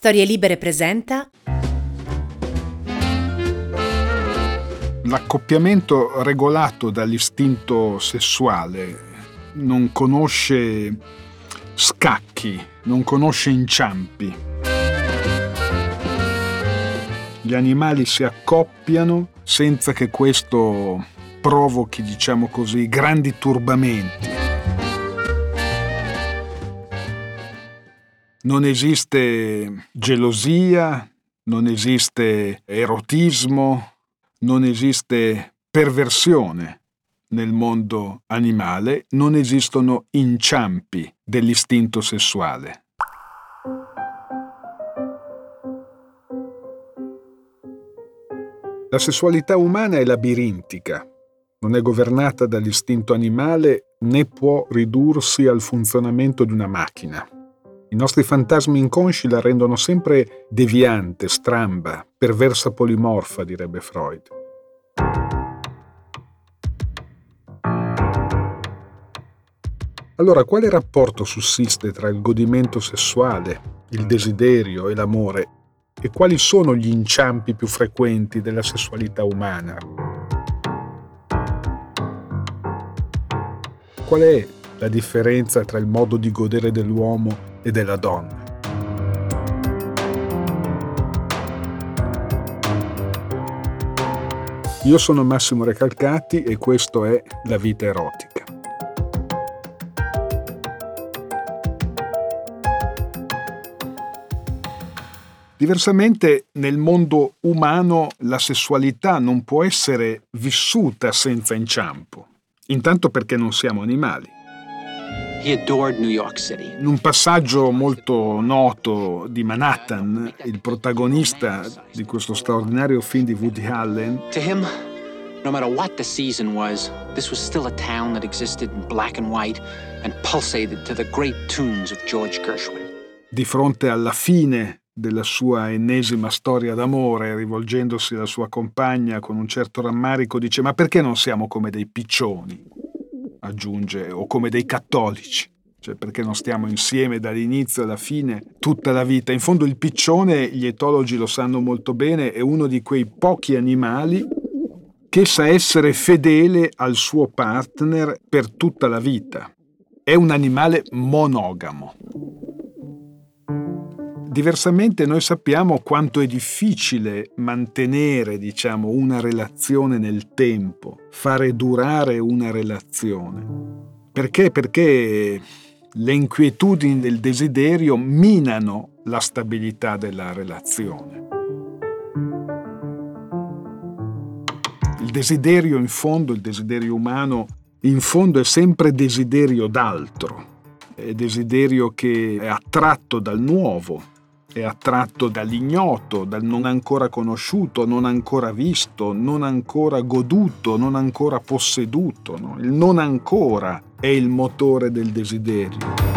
Storie Libere presenta L'accoppiamento regolato dall'istinto sessuale non conosce scacchi, non conosce inciampi. Gli animali si accoppiano senza che questo provochi, diciamo così, grandi turbamenti. Non esiste gelosia, non esiste erotismo, non esiste perversione nel mondo animale, non esistono inciampi dell'istinto sessuale. La sessualità umana è labirintica, non è governata dall'istinto animale né può ridursi al funzionamento di una macchina. I nostri fantasmi inconsci la rendono sempre deviante, stramba, perversa polimorfa, direbbe Freud. Allora, quale rapporto sussiste tra il godimento sessuale, il desiderio e l'amore? E quali sono gli inciampi più frequenti della sessualità umana? Qual è la differenza tra il modo di godere dell'uomo e della donna? Io sono Massimo Recalcati e questo è La Vita Erotica. Diversamente, nel mondo umano la sessualità non può essere vissuta senza inciampo. Intanto perché non siamo animali. He adored New York City. In un passaggio molto noto di Manhattan, il protagonista di questo straordinario film di Woody Allen, To him, no matter what the season was, this was still a town that existed in black and white and pulsated to the great tunes of George Gershwin. di fronte alla fine della sua ennesima storia d'amore, rivolgendosi alla sua compagna con un certo rammarico, dice: ma perché non siamo come dei piccioni? Aggiunge, o come dei cattolici, cioè perché non stiamo insieme dall'inizio alla fine tutta la vita. In fondo il piccione, gli etologi lo sanno molto bene, è uno di quei pochi animali che sa essere fedele al suo partner per tutta la vita. È un animale monogamo. Diversamente noi sappiamo quanto è difficile mantenere, diciamo, una relazione nel tempo, fare durare una relazione. Perché? Perché le inquietudini del desiderio minano la stabilità della relazione. Il desiderio, in fondo, il desiderio umano, in fondo è sempre desiderio d'altro. È desiderio che è attratto dal nuovo, è attratto dall'ignoto, dal non ancora conosciuto, non ancora visto, non ancora goduto, non ancora posseduto, no? Il non ancora è il motore del desiderio.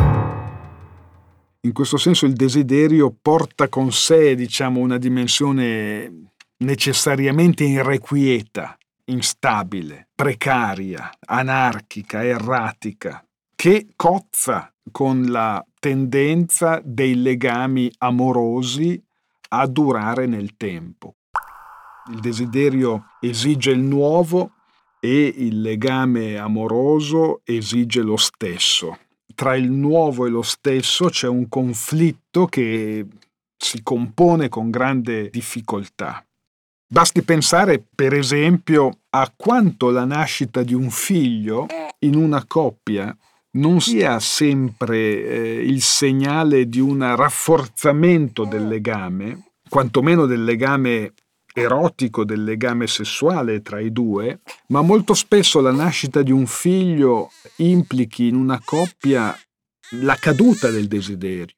In questo senso il desiderio porta con sé, diciamo, una dimensione necessariamente irrequieta, instabile, precaria, anarchica, erratica, che cozza con la tendenza dei legami amorosi a durare nel tempo. Il desiderio esige il nuovo e il legame amoroso esige lo stesso. Tra il nuovo e lo stesso c'è un conflitto che si compone con grande difficoltà. Basti pensare, per esempio, a quanto la nascita di un figlio in una coppia non sia sempre il segnale di un rafforzamento del legame, quantomeno del legame erotico, del legame sessuale tra i due, ma molto spesso la nascita di un figlio implichi in una coppia la caduta del desiderio.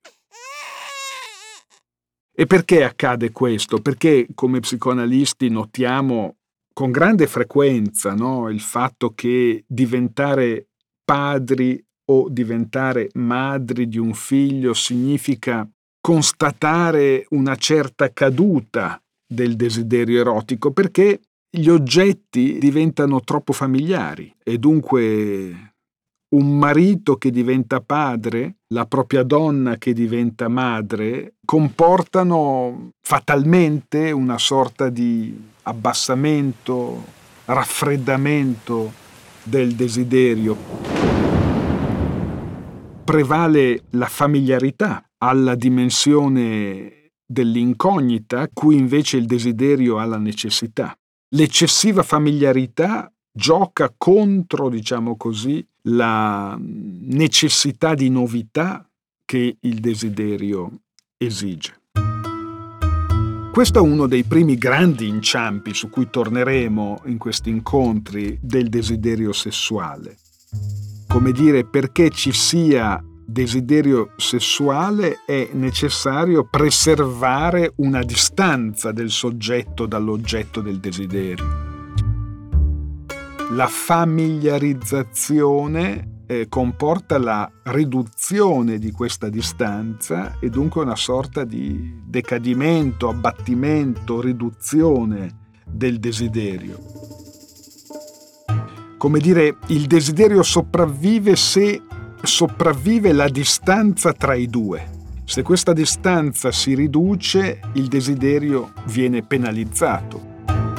E perché accade questo? Perché come psicoanalisti notiamo con grande frequenza, no, il fatto che diventare padri o diventare madri di un figlio significa constatare una certa caduta del desiderio erotico, perché gli oggetti diventano troppo familiari e dunque un marito che diventa padre, la propria donna che diventa madre, comportano fatalmente una sorta di abbassamento, raffreddamento del desiderio. Prevale la familiarità alla dimensione dell'incognita, cui invece il desiderio ha la necessità. L'eccessiva familiarità gioca contro, diciamo così, la necessità di novità che il desiderio esige. Questo è uno dei primi grandi inciampi su cui torneremo in questi incontri del desiderio sessuale. Come dire, perché ci sia desiderio sessuale è necessario preservare una distanza del soggetto dall'oggetto del desiderio. La familiarizzazione comporta la riduzione di questa distanza e dunque una sorta di decadimento, abbattimento, riduzione del desiderio. Come dire, il desiderio sopravvive se sopravvive la distanza tra i due. Se questa distanza si riduce, il desiderio viene penalizzato.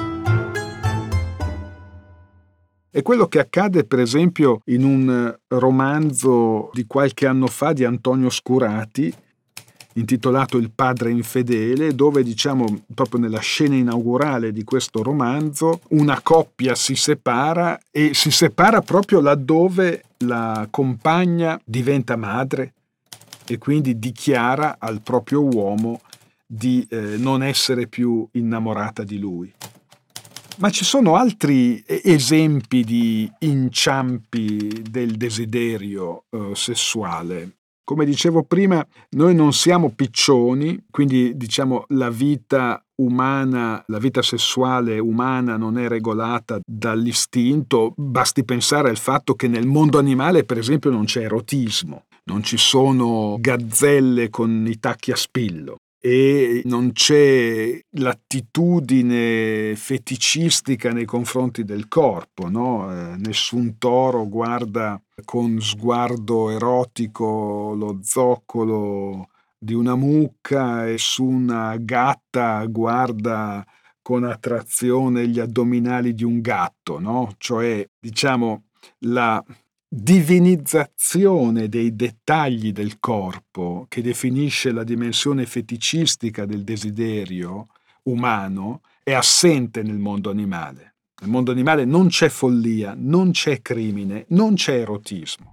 È quello che accade, per esempio, in un romanzo di qualche anno fa di Antonio Scurati, intitolato Il padre infedele, dove, diciamo, proprio nella scena inaugurale di questo romanzo, una coppia si separa e si separa proprio laddove la compagna diventa madre e quindi dichiara al proprio uomo di non essere più innamorata di lui. Ma ci sono altri esempi di inciampi del desiderio sessuale. Come dicevo prima, noi non siamo piccioni, quindi diciamo la vita umana, la vita sessuale umana non è regolata dall'istinto. Basti pensare al fatto che nel mondo animale, per esempio, non c'è erotismo, non ci sono gazzelle con i tacchi a spillo e non c'è l'attitudine feticistica nei confronti del corpo, no? Nessun toro guarda con sguardo erotico lo zoccolo di una mucca e nessuna gatta guarda con attrazione gli addominali di un gatto, no? Cioè, diciamo, la divinizzazione dei dettagli del corpo che definisce la dimensione feticistica del desiderio umano è assente nel mondo animale. Nel mondo animale non c'è follia, non c'è crimine, non c'è erotismo.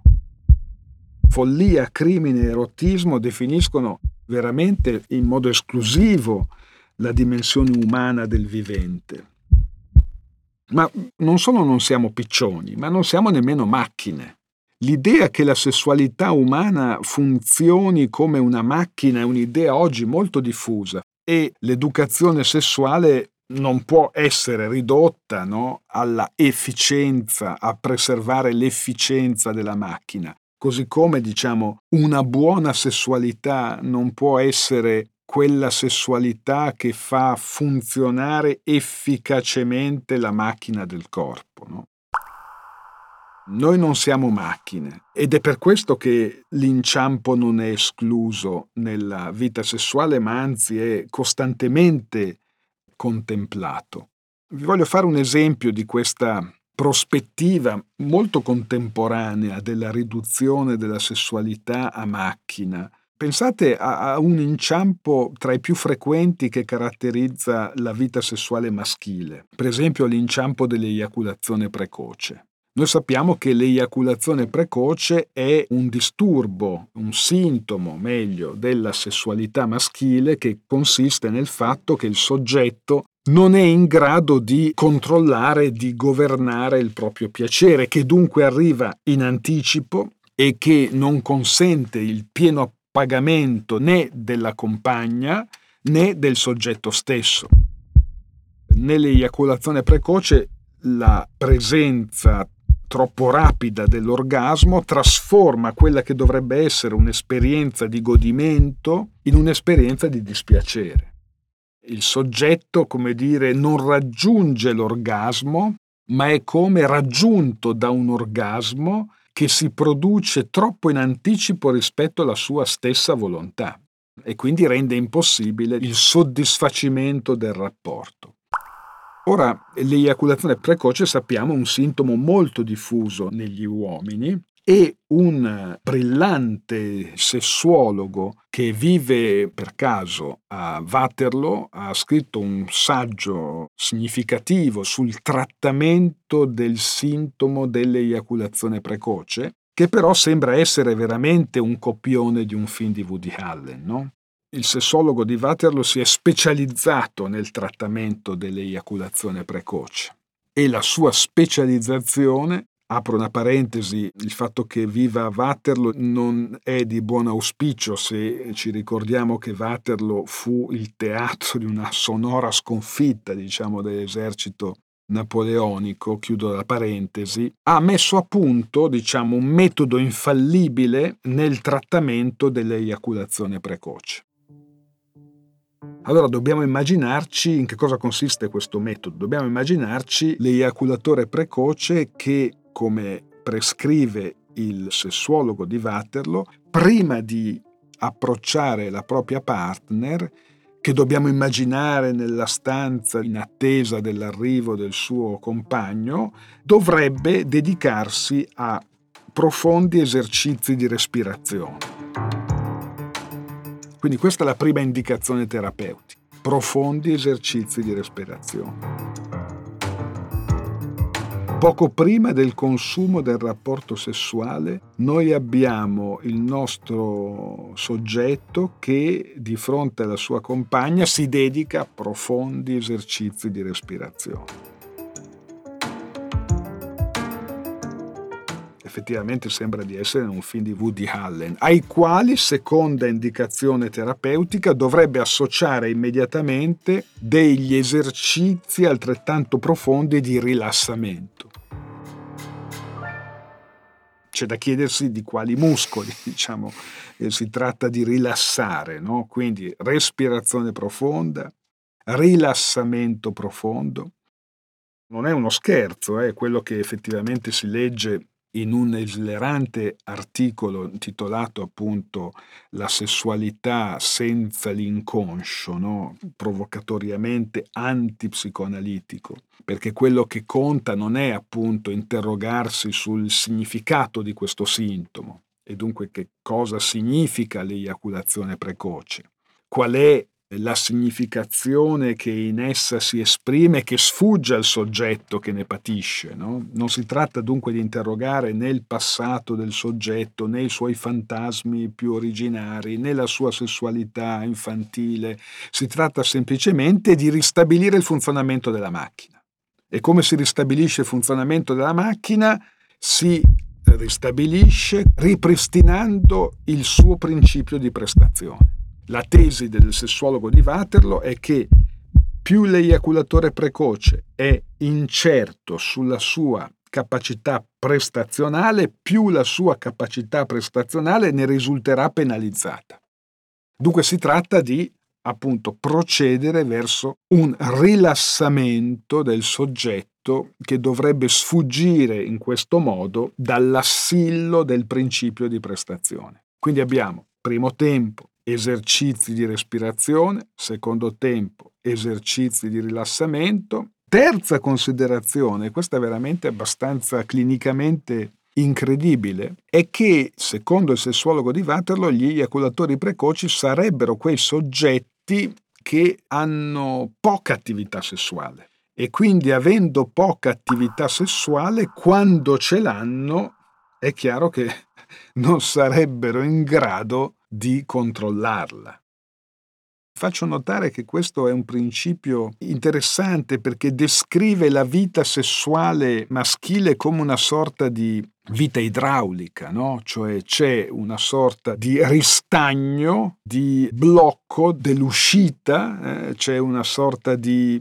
Follia, crimine e erotismo definiscono veramente in modo esclusivo la dimensione umana del vivente. Ma non solo non siamo piccioni, ma non siamo nemmeno macchine. L'idea che la sessualità umana funzioni come una macchina è un'idea oggi molto diffusa e l'educazione sessuale non può essere ridotta, no, alla efficienza, a preservare l'efficienza della macchina. Così come, diciamo, una buona sessualità non può essere quella sessualità che fa funzionare efficacemente la macchina del corpo, no? Noi non siamo macchine ed è per questo che l'inciampo non è escluso nella vita sessuale, ma anzi è costantemente contemplato. Vi voglio fare un esempio di questa prospettiva molto contemporanea della riduzione della sessualità a macchina. Pensate a un inciampo tra i più frequenti che caratterizza la vita sessuale maschile, per esempio l'inciampo dell'eiaculazione precoce. Noi sappiamo che l'eiaculazione precoce è un disturbo, un sintomo, meglio, della sessualità maschile che consiste nel fatto che il soggetto non è in grado di controllare, di governare il proprio piacere, che dunque arriva in anticipo e che non consente il pieno pagamento né della compagna né del soggetto stesso. Nell'eiaculazione precoce la presenza troppo rapida dell'orgasmo trasforma quella che dovrebbe essere un'esperienza di godimento in un'esperienza di dispiacere. Il soggetto, come dire, non raggiunge l'orgasmo, ma è come raggiunto da un orgasmo che si produce troppo in anticipo rispetto alla sua stessa volontà e quindi rende impossibile il soddisfacimento del rapporto. Ora, l'eiaculazione precoce sappiamo è un sintomo molto diffuso negli uomini e un brillante sessuologo che vive per caso a Waterloo ha scritto un saggio significativo sul trattamento del sintomo dell'eiaculazione precoce, che però sembra essere veramente un copione di un film di Woody Allen, no? Il sessologo di Waterloo si è specializzato nel trattamento dell'eiaculazione precoce e la sua specializzazione, apro una parentesi, il fatto che viva a Waterloo non è di buon auspicio se ci ricordiamo che Waterloo fu il teatro di una sonora sconfitta, diciamo, dell'esercito napoleonico, chiudo la parentesi, ha messo a punto, diciamo, un metodo infallibile nel trattamento dell'eiaculazione precoce. Allora dobbiamo immaginarci in che cosa consiste questo metodo. Dobbiamo immaginarci l'eiaculatore precoce che, come prescrive il sessuologo di Waterloo, prima di approcciare la propria partner, che dobbiamo immaginare nella stanza in attesa dell'arrivo del suo compagno, dovrebbe dedicarsi a profondi esercizi di respirazione. Quindi questa è la prima indicazione terapeutica, profondi esercizi di respirazione. Poco prima del consumo del rapporto sessuale, noi abbiamo il nostro soggetto che di fronte alla sua compagna si dedica a profondi esercizi di respirazione. Effettivamente sembra di essere in un film di Woody Allen, ai quali, seconda indicazione terapeutica, dovrebbe associare immediatamente degli esercizi altrettanto profondi di rilassamento. C'è da chiedersi di quali muscoli, diciamo, si tratta di rilassare, no? Quindi respirazione profonda, rilassamento profondo. Non è uno scherzo, è quello che effettivamente si legge in un esilerante articolo intitolato appunto La sessualità senza l'inconscio, no? Provocatoriamente antipsicoanalitico, perché quello che conta non è appunto interrogarsi sul significato di questo sintomo e dunque che cosa significa l'eiaculazione precoce, qual è la significazione che in essa si esprime che sfugge al soggetto che ne patisce, no? Non si tratta dunque di interrogare né il passato del soggetto, né i suoi fantasmi più originari, né la sua sessualità infantile, si tratta semplicemente di ristabilire il funzionamento della macchina. E come si ristabilisce il funzionamento della macchina? Si ristabilisce ripristinando il suo principio di prestazione. La tesi del sessuologo di Waterloo è che più l'eiaculatore precoce è incerto sulla sua capacità prestazionale, più la sua capacità prestazionale ne risulterà penalizzata. Dunque si tratta di, appunto, procedere verso un rilassamento del soggetto che dovrebbe sfuggire in questo modo dall'assillo del principio di prestazione. Quindi abbiamo, primo tempo, esercizi di respirazione, secondo tempo esercizi di rilassamento. Terza considerazione, questa è veramente abbastanza clinicamente incredibile, è che secondo il sessuologo di Waterloo gli eiaculatori precoci sarebbero quei soggetti che hanno poca attività sessuale e quindi avendo poca attività sessuale, quando ce l'hanno è chiaro che non sarebbero in grado di controllarla. Faccio notare che questo è un principio interessante perché descrive la vita sessuale maschile come una sorta di vita idraulica, no? Cioè c'è una sorta di ristagno, di blocco dell'uscita, c'è una sorta di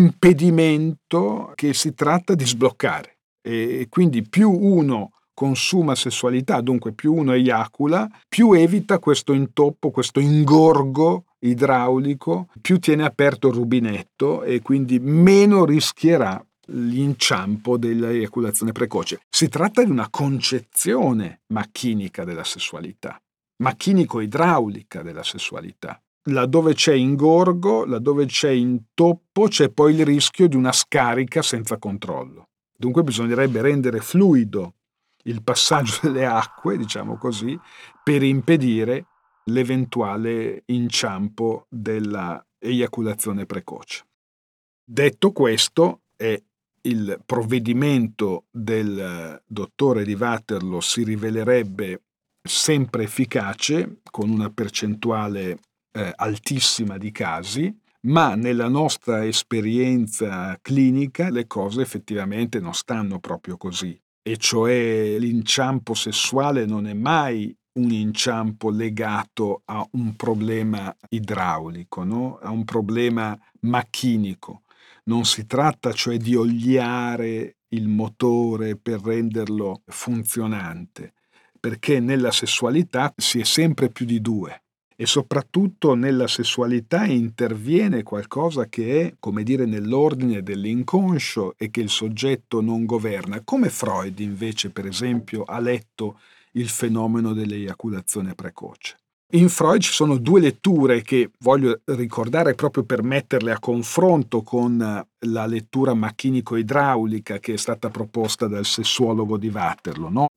impedimento che si tratta di sbloccare e quindi più uno consuma sessualità, dunque più uno eiacula, più evita questo intoppo, questo ingorgo idraulico, più tiene aperto il rubinetto e quindi meno rischierà l'inciampo dell'eiaculazione precoce. Si tratta di una concezione macchinica della sessualità, macchinico-idraulica della sessualità. Laddove c'è ingorgo, laddove c'è intoppo, c'è poi il rischio di una scarica senza controllo. Dunque bisognerebbe rendere fluido il passaggio delle acque, diciamo così, per impedire l'eventuale inciampo della eiaculazione precoce. Detto questo, il provvedimento del dottore di Waterloo si rivelerebbe sempre efficace, con una percentuale altissima di casi, ma nella nostra esperienza clinica le cose effettivamente non stanno proprio così, e cioè l'inciampo sessuale non è mai un inciampo legato a un problema idraulico, no? A un problema macchinico. Non si tratta cioè di oliare il motore per renderlo funzionante, perché nella sessualità si è sempre più di due. E soprattutto nella sessualità interviene qualcosa che è, come dire, nell'ordine dell'inconscio e che il soggetto non governa, come Freud invece, per esempio, ha letto il fenomeno dell'eiaculazione precoce. In Freud ci sono due letture che voglio ricordare proprio per metterle a confronto con la lettura macchinico-idraulica che è stata proposta dal sessuologo di Waterloo, no?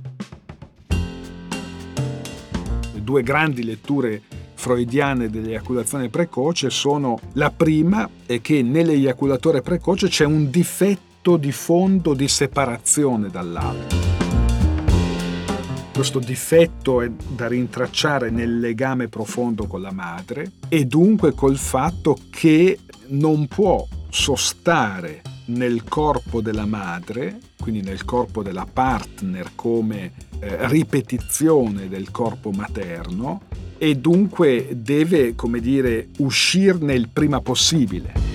Due grandi letture freudiane dell'eiaculazione precoce sono: la prima è che nell'eiaculatore precoce c'è un difetto di fondo di separazione dall'altro. Questo difetto è da rintracciare nel legame profondo con la madre e dunque col fatto che non può sostare nel corpo della madre, quindi nel corpo della partner, come ripetizione del corpo materno, e dunque deve, come dire, uscirne il prima possibile.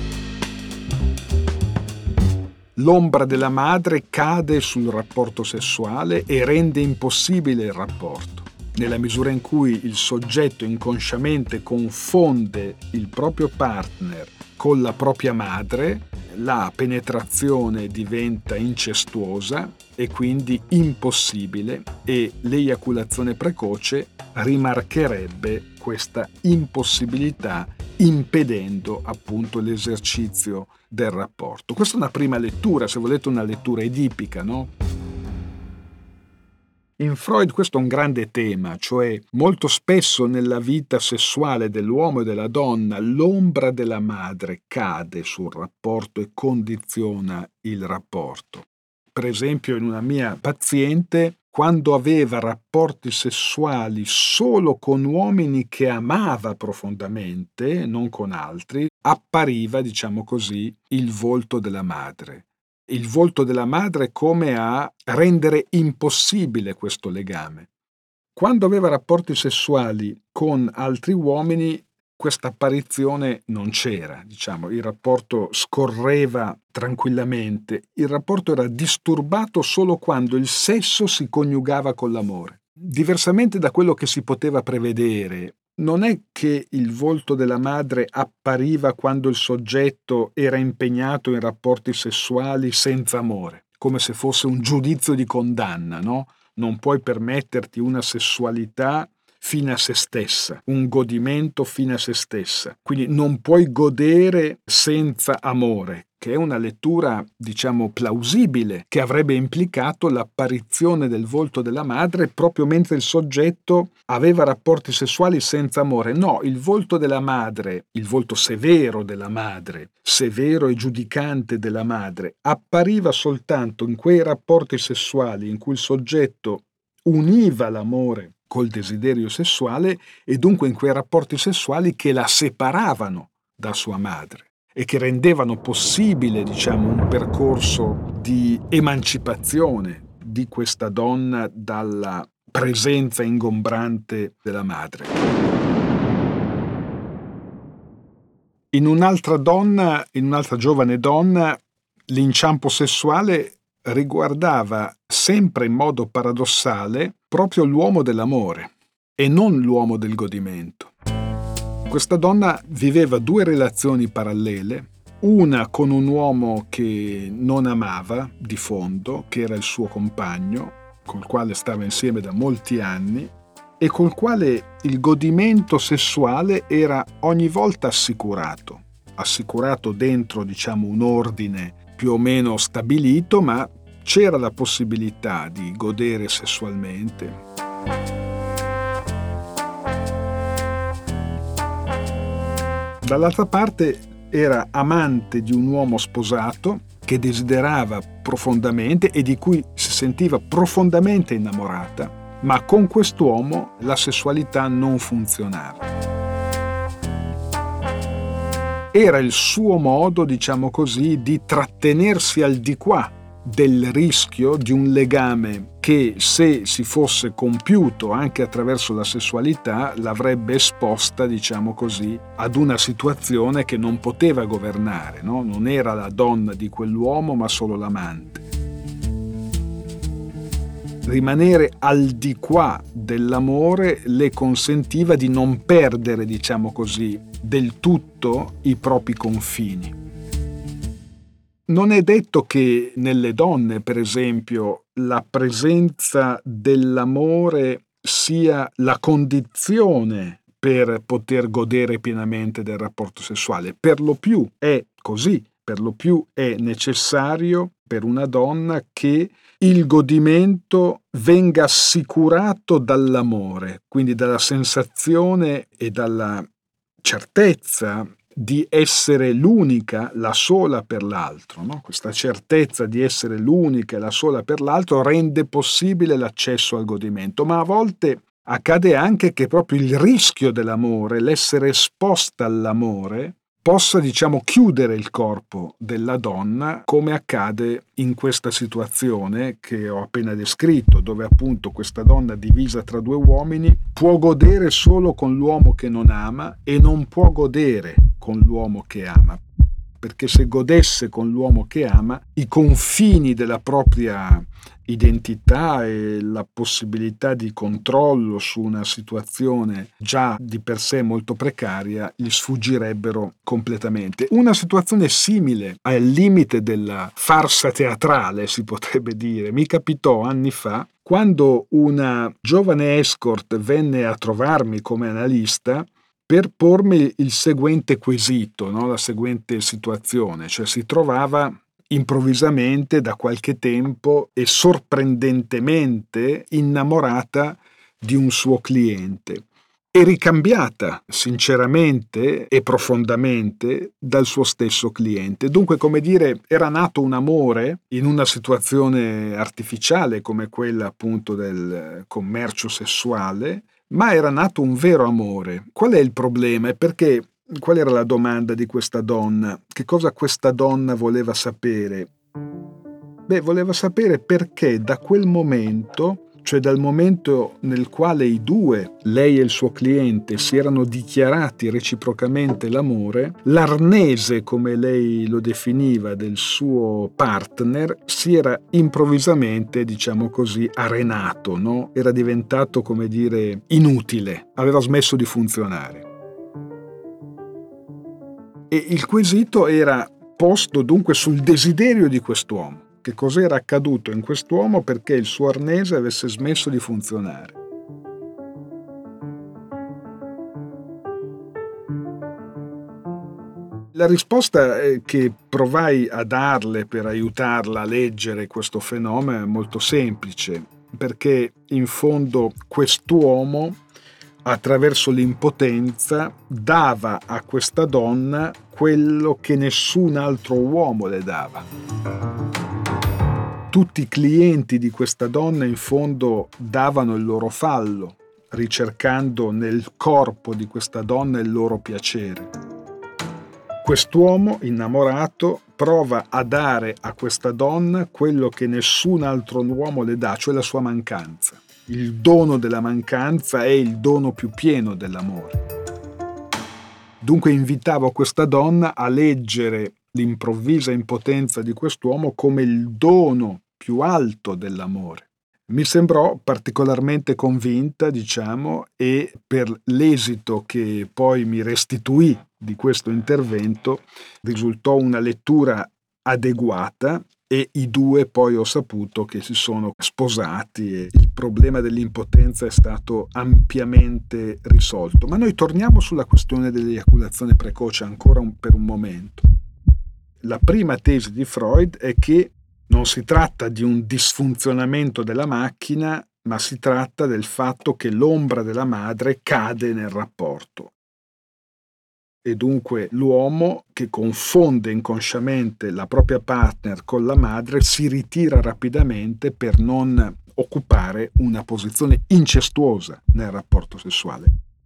L'ombra della madre cade sul rapporto sessuale e rende impossibile il rapporto. Nella misura in cui il soggetto inconsciamente confonde il proprio partner con la propria madre, la penetrazione diventa incestuosa e quindi impossibile, e l'eiaculazione precoce rimarcherebbe questa impossibilità, impedendo appunto l'esercizio del rapporto. Questa è una prima lettura, se volete una lettura edipica, no? In Freud questo è un grande tema, cioè molto spesso nella vita sessuale dell'uomo e della donna l'ombra della madre cade sul rapporto e condiziona il rapporto. Per esempio, in una mia paziente, quando aveva rapporti sessuali solo con uomini che amava profondamente, non con altri, appariva, diciamo così, il volto della madre. Il volto della madre come a rendere impossibile questo legame. Quando aveva rapporti sessuali con altri uomini, questa apparizione non c'era, diciamo, il rapporto scorreva tranquillamente, il rapporto era disturbato solo quando il sesso si coniugava con l'amore. Diversamente da quello che si poteva prevedere, non è che il volto della madre appariva quando il soggetto era impegnato in rapporti sessuali senza amore, come se fosse un giudizio di condanna, no? Non puoi permetterti una sessualità fine a se stessa, un godimento fine a se stessa. Quindi non puoi godere senza amore, che è una lettura, diciamo, plausibile, che avrebbe implicato l'apparizione del volto della madre proprio mentre il soggetto aveva rapporti sessuali senza amore. No, il volto della madre, il volto severo della madre, severo e giudicante della madre, appariva soltanto in quei rapporti sessuali in cui il soggetto univa l'amore col desiderio sessuale, e dunque in quei rapporti sessuali che la separavano da sua madre e che rendevano possibile, diciamo, un percorso di emancipazione di questa donna dalla presenza ingombrante della madre. In un'altra giovane donna, l'inciampo sessuale riguardava sempre in modo paradossale proprio l'uomo dell'amore e non l'uomo del godimento. Questa donna viveva due relazioni parallele una con un uomo che non amava di fondo, che era il suo compagno, col quale stava insieme da molti anni e col quale il godimento sessuale era ogni volta assicurato dentro, diciamo, un ordine più o meno stabilito, ma c'era la possibilità di godere sessualmente. Dall'altra parte era amante di un uomo sposato che desiderava profondamente e di cui si sentiva profondamente innamorata, ma con quest'uomo la sessualità non funzionava. Era il suo modo, diciamo così, di trattenersi al di qua del rischio di un legame che, se si fosse compiuto anche attraverso la sessualità, l'avrebbe esposta, diciamo così, ad una situazione che non poteva governare, no? Non era la donna di quell'uomo, ma solo l'amante. Rimanere al di qua dell'amore le consentiva di non perdere, diciamo così, del tutto i propri confini. Non è detto che nelle donne, per esempio, la presenza dell'amore sia la condizione per poter godere pienamente del rapporto sessuale. Per lo più è così, per lo più è necessario per una donna che il godimento venga assicurato dall'amore, quindi dalla sensazione e dalla certezza di essere l'unica, la sola per l'altro, no? Questa certezza di essere l'unica e la sola per l'altro rende possibile l'accesso al godimento, ma a volte accade anche che proprio il rischio dell'amore, l'essere esposta all'amore, possa, diciamo, chiudere il corpo della donna, come accade in questa situazione che ho appena descritto, dove appunto questa donna divisa tra due uomini può godere solo con l'uomo che non ama e non può godere con l'uomo che ama, perché se godesse con l'uomo che ama, i confini della propria identità e la possibilità di controllo su una situazione già di per sé molto precaria gli sfuggirebbero completamente. Una situazione simile al limite della farsa teatrale, si potrebbe dire, mi capitò anni fa quando una giovane escort venne a trovarmi come analista per pormi il seguente quesito, no? La seguente situazione, cioè si trovava improvvisamente da qualche tempo e sorprendentemente innamorata di un suo cliente e ricambiata sinceramente e profondamente dal suo stesso cliente. Dunque, come dire, era nato un amore in una situazione artificiale come quella appunto del commercio sessuale, ma era nato un vero amore. Qual è il problema? Qual era la domanda di questa donna? Che cosa questa donna voleva sapere? Voleva sapere perché da quel momento, cioè dal momento nel quale i due, lei e il suo cliente, si erano dichiarati reciprocamente l'amore, l'arnese, come lei lo definiva, del suo partner si era improvvisamente, diciamo così, arenato, no? Era diventato, come dire, inutile, aveva smesso di funzionare. E il quesito era posto dunque sul desiderio di quest'uomo. Che cos'era accaduto in quest'uomo perché il suo arnese avesse smesso di funzionare? La risposta che provai a darle per aiutarla a leggere questo fenomeno è molto semplice, perché in fondo quest'uomo, attraverso l'impotenza, dava a questa donna quello che nessun altro uomo le dava. Tutti i clienti di questa donna in fondo davano il loro fallo, ricercando nel corpo di questa donna il loro piacere. Quest'uomo innamorato prova a dare a questa donna quello che nessun altro uomo le dà, cioè la sua mancanza. Il dono della mancanza è il dono più pieno dell'amore. Dunque invitavo questa donna a leggere l'improvvisa impotenza di quest'uomo come il dono più alto dell'amore. Mi sembrò particolarmente convinta, diciamo, e per l'esito che poi mi restituì di questo intervento risultò una lettura adeguata e i due poi ho saputo che si sono sposati e il problema dell'impotenza è stato ampiamente risolto. Ma noi torniamo sulla questione dell'eiaculazione precoce ancora per un momento. La prima tesi di Freud è che non si tratta di un disfunzionamento della macchina, ma si tratta del fatto che l'ombra della madre cade nel rapporto. E dunque l'uomo che confonde inconsciamente la propria partner con la madre si ritira rapidamente per non occupare una posizione incestuosa nel rapporto sessuale.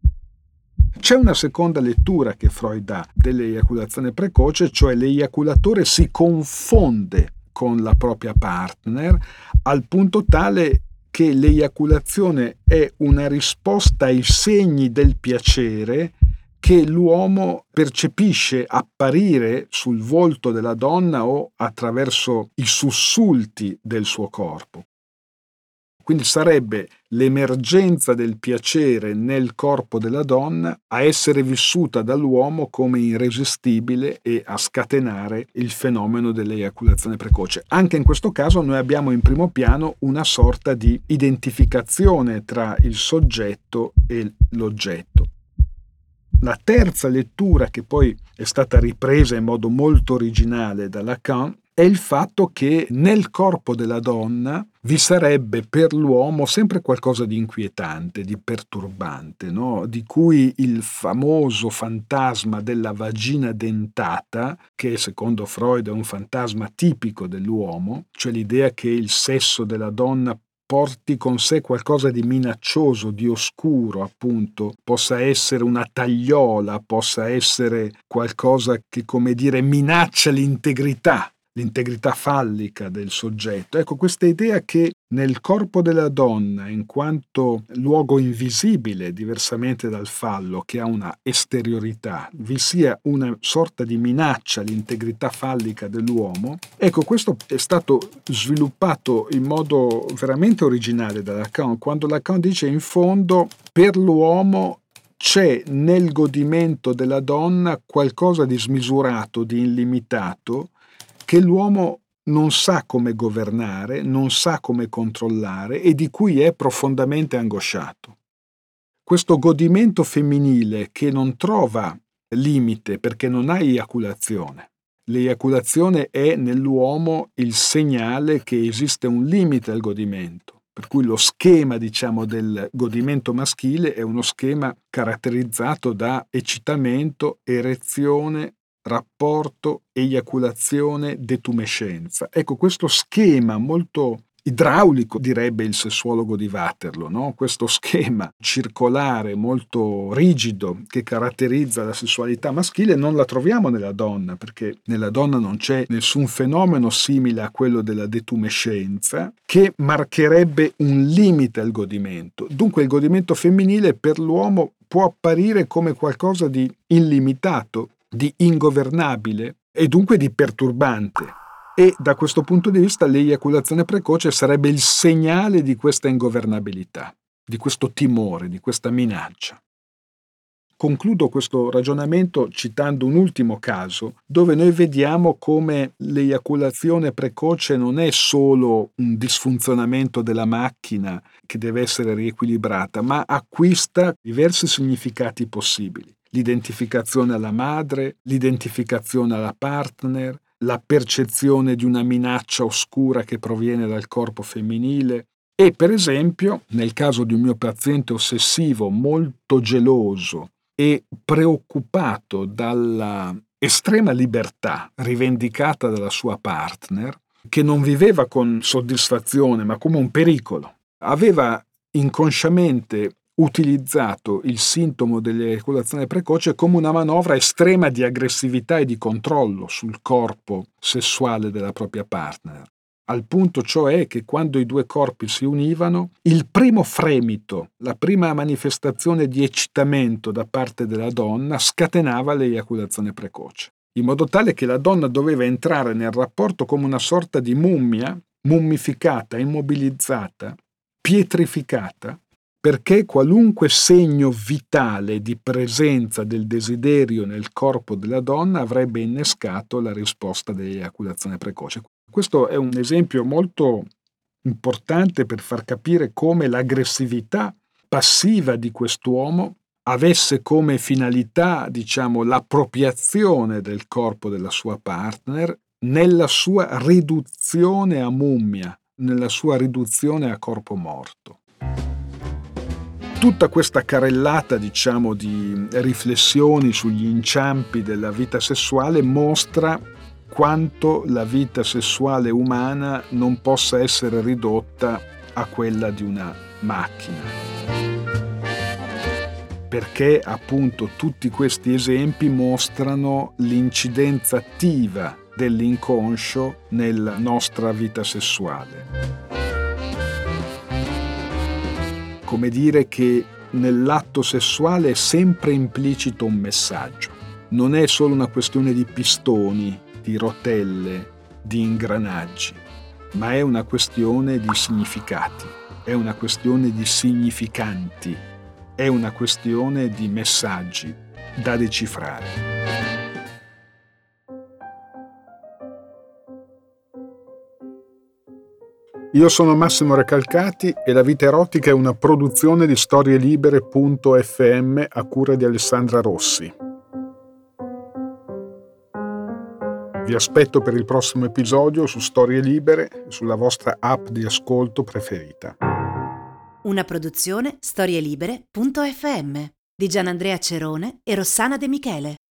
C'è una seconda lettura che Freud dà dell'eiaculazione precoce, cioè l'eiaculatore si confonde con la propria partner al punto tale che l'eiaculazione è una risposta ai segni del piacere che l'uomo percepisce apparire sul volto della donna o attraverso i sussulti del suo corpo. Quindi sarebbe l'emergenza del piacere nel corpo della donna a essere vissuta dall'uomo come irresistibile e a scatenare il fenomeno dell'eiaculazione precoce. Anche in questo caso noi abbiamo in primo piano una sorta di identificazione tra il soggetto e l'oggetto. La terza lettura, che poi è stata ripresa in modo molto originale da Lacan, è il fatto che nel corpo della donna vi sarebbe per l'uomo sempre qualcosa di inquietante, di perturbante, no? Di cui il famoso fantasma della vagina dentata, che secondo Freud è un fantasma tipico dell'uomo, cioè l'idea che il sesso della donna porti con sé qualcosa di minaccioso, di oscuro, appunto, possa essere una tagliola, possa essere qualcosa che, come dire, minaccia l'integrità fallica del soggetto. Ecco, questa idea che nel corpo della donna, in quanto luogo invisibile, diversamente dal fallo, che ha una esteriorità, vi sia una sorta di minaccia all'integrità fallica dell'uomo, ecco, questo è stato sviluppato in modo veramente originale da Lacan, quando Lacan dice in fondo per l'uomo c'è nel godimento della donna qualcosa di smisurato, di illimitato, che l'uomo non sa come governare, non sa come controllare e di cui è profondamente angosciato. Questo godimento femminile che non trova limite perché non ha eiaculazione. L'eiaculazione è nell'uomo il segnale che esiste un limite al godimento, per cui lo schema, diciamo, del godimento maschile è uno schema caratterizzato da eccitamento, erezione, rapporto, eiaculazione, detumescenza. Ecco, questo schema molto idraulico, direbbe il sessuologo di Waterloo, no? Questo schema circolare molto rigido che caratterizza la sessualità maschile non la troviamo nella donna, perché nella donna non c'è nessun fenomeno simile a quello della detumescenza che marcherebbe un limite al godimento. Dunque il godimento femminile per l'uomo può apparire come qualcosa di illimitato, di ingovernabile e dunque di perturbante. E da questo punto di vista l'eiaculazione precoce sarebbe il segnale di questa ingovernabilità, di questo timore, di questa minaccia. Concludo questo ragionamento citando un ultimo caso, dove noi vediamo come l'eiaculazione precoce non è solo un disfunzionamento della macchina che deve essere riequilibrata, ma acquista diversi significati possibili. L'identificazione alla madre, l'identificazione alla partner, la percezione di una minaccia oscura che proviene dal corpo femminile e, per esempio, nel caso di un mio paziente ossessivo molto geloso e preoccupato dalla estrema libertà rivendicata dalla sua partner, che non viveva con soddisfazione ma come un pericolo, aveva inconsciamente utilizzato il sintomo dell'eiaculazione precoce come una manovra estrema di aggressività e di controllo sul corpo sessuale della propria partner, al punto cioè che quando i due corpi si univano, il primo fremito, la prima manifestazione di eccitamento da parte della donna scatenava l'eiaculazione precoce, in modo tale che la donna doveva entrare nel rapporto come una sorta di mummia, mummificata, immobilizzata, pietrificata, perché qualunque segno vitale di presenza del desiderio nel corpo della donna avrebbe innescato la risposta dell'eiaculazione precoce. Questo è un esempio molto importante per far capire come l'aggressività passiva di quest'uomo avesse come finalità, l'appropriazione del corpo della sua partner nella sua riduzione a mummia, nella sua riduzione a corpo morto. Tutta questa carrellata, di riflessioni sugli inciampi della vita sessuale mostra quanto la vita sessuale umana non possa essere ridotta a quella di una macchina. Perché appunto tutti questi esempi mostrano l'incidenza attiva dell'inconscio nella nostra vita sessuale. Come dire che nell'atto sessuale è sempre implicito un messaggio. Non è solo una questione di pistoni, di rotelle, di ingranaggi, ma è una questione di significati, è una questione di significanti, è una questione di messaggi da decifrare. Io sono Massimo Recalcati e La Vita Erotica è una produzione di storielibere.fm a cura di Alessandra Rossi. Vi aspetto per il prossimo episodio su Storie Libere e sulla vostra app di ascolto preferita. Una produzione storielibere.fm di Gianandrea Cerone e Rossana De Michele.